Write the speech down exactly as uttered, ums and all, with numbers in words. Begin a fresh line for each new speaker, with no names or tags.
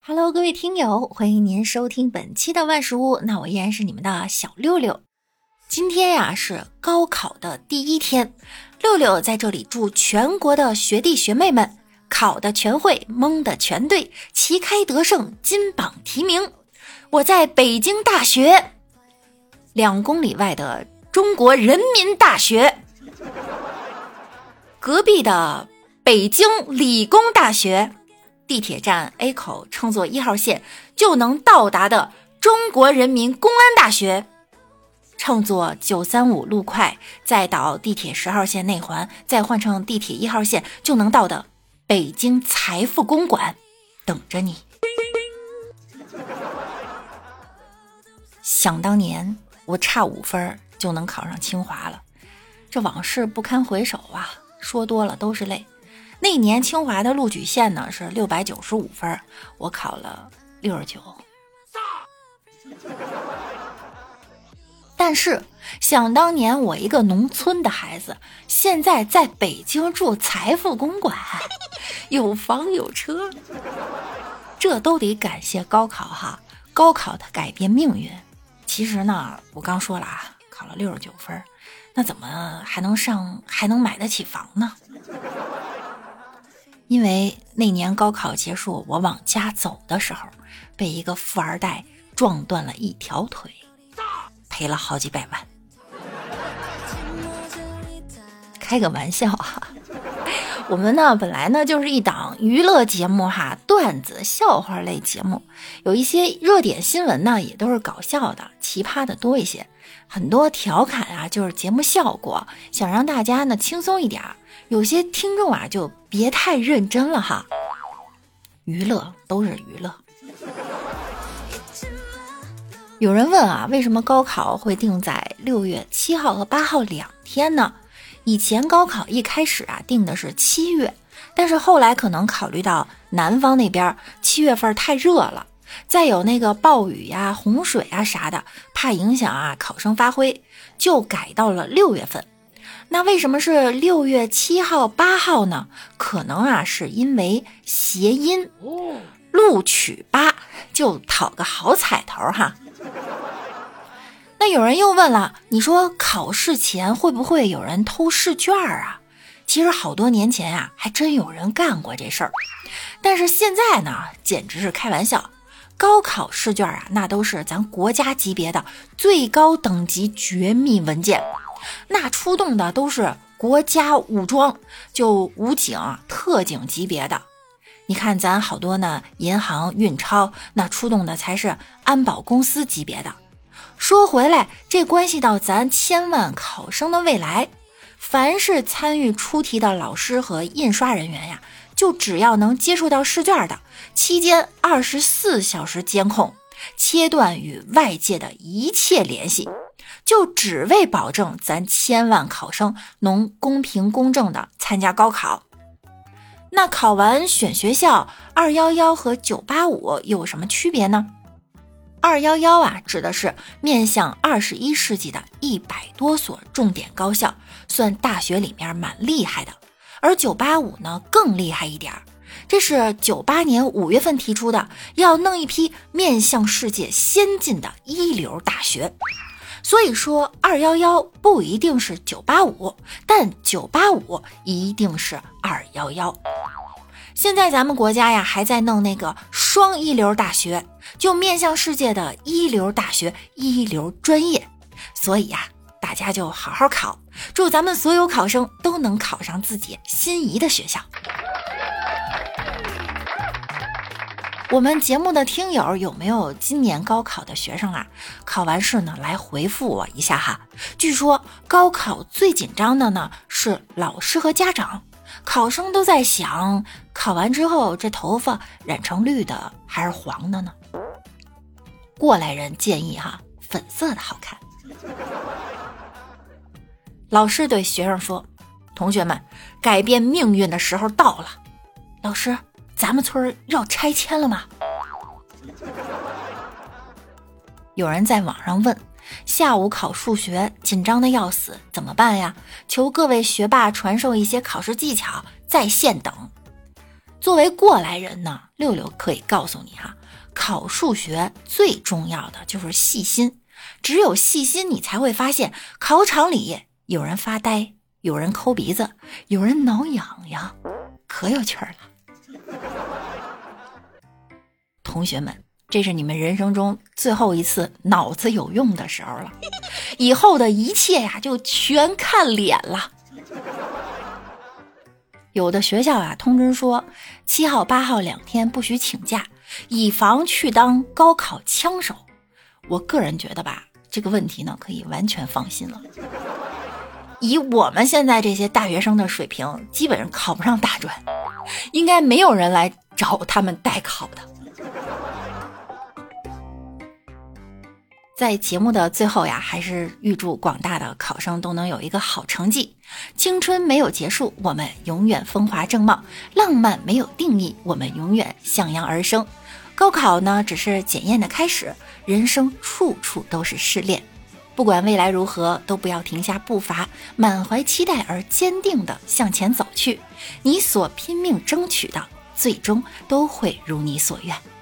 Hello， 各位听友，欢迎您收听本期的万事屋。那我依然是你们的小六六。今天呀是高考的第一天，六六在这里祝全国的学弟学妹们考的全会，蒙的全对，旗开得胜，金榜题名。我在北京大学两公里外的中国人民大学，隔壁的北京理工大学，地铁站 A 口乘坐一号线就能到达的中国人民公安大学，乘坐九三五路快再到地铁十号线内环，再换乘地铁一号线就能到的北京财富公馆，等着你。想当年我差五分就能考上清华了，这往事不堪回首啊，说多了都是泪。那年清华的录取线呢是六百九十五分，我考了六十九。但是想当年我一个农村的孩子，现在在北京住财富公馆，有房有车，这都得感谢高考哈！高考它改变命运。其实呢，我刚说了啊，考了六十九分，那怎么还能上还能买得起房呢？因为那年高考结束，我往家走的时候，被一个富二代撞断了一条腿，赔了好几百万。开个玩笑哈，我们呢本来呢就是一档娱乐节目哈，段子笑话类节目，有一些热点新闻呢也都是搞笑的，奇葩的多一些，很多调侃啊就是节目效果，想让大家呢轻松一点，有些听众啊就别太认真了哈，娱乐都是娱乐。有人问啊，为什么高考会定在六月七号和八号两天呢？以前高考一开始啊定的是七月，但是后来可能考虑到南方那边七月份太热了，再有那个暴雨呀、洪水啊啥的，怕影响啊考生发挥，就改到了六月份。那为什么是六月七号、八号呢？可能啊是因为谐音，录取八就讨个好彩头哈。那有人又问了，你说考试前会不会有人偷试卷啊？其实好多年前啊，还真有人干过这事儿，但是现在呢，简直是开玩笑。高考试卷啊，那都是咱国家级别的最高等级绝密文件，那出动的都是国家武装，就武警、特警级别的。你看咱好多呢，银行、运钞，那出动的才是安保公司级别的。说回来，这关系到咱千万考生的未来。凡是参与出题的老师和印刷人员呀，就只要能接触到试卷的，期间二十四小时监控，切断与外界的一切联系，就只为保证咱千万考生能公平公正的参加高考。那考完选学校，二一一和九八五有什么区别呢？二一一啊，指的是面向二十一世纪的一百多所重点高校，算大学里面蛮厉害的。而九八五呢，更厉害一点，这是九八年五月份提出的，要弄一批面向世界先进的一流大学。所以说二一一不一定是九八五，但九八五一定是二一一。现在咱们国家呀还在弄那个双一流大学，就面向世界的一流大学、一流专业。所以呀，大家就好好考，祝咱们所有考生都能考上自己心仪的学校。我们节目的听友有没有今年高考的学生啊？考完试呢来回复我一下哈。据说高考最紧张的呢是老师和家长，考生都在想，考完之后这头发染成绿的还是黄的呢？过来人建议哈，粉色的好看。老师对学生说，同学们，改变命运的时候到了。老师，咱们村要拆迁了吗？有人在网上问，下午考数学紧张的要死，怎么办呀？求各位学霸传授一些考试技巧，在线等。 作为过来人呢，六六可以告诉你哈，考数学最重要的就是细心，只有细心你才会发现考场里有人发呆，有人抠鼻子，有人挠痒痒，可有趣儿了。同学们，这是你们人生中最后一次脑子有用的时候了，以后的一切呀就全看脸了。有的学校啊通知说七号八号两天不许请假，以防去当高考枪手。我个人觉得吧，这个问题呢可以完全放心了。以我们现在这些大学生的水平，基本上考不上大专，应该没有人来找他们代考的。在节目的最后呀，还是预祝广大的考生都能有一个好成绩。青春没有结束，我们永远风华正茂；浪漫没有定义，我们永远向阳而生。高考呢，只是检验的开始，人生处处都是试炼。不管未来如何，都不要停下步伐，满怀期待而坚定地向前走去。你所拼命争取的，最终都会如你所愿。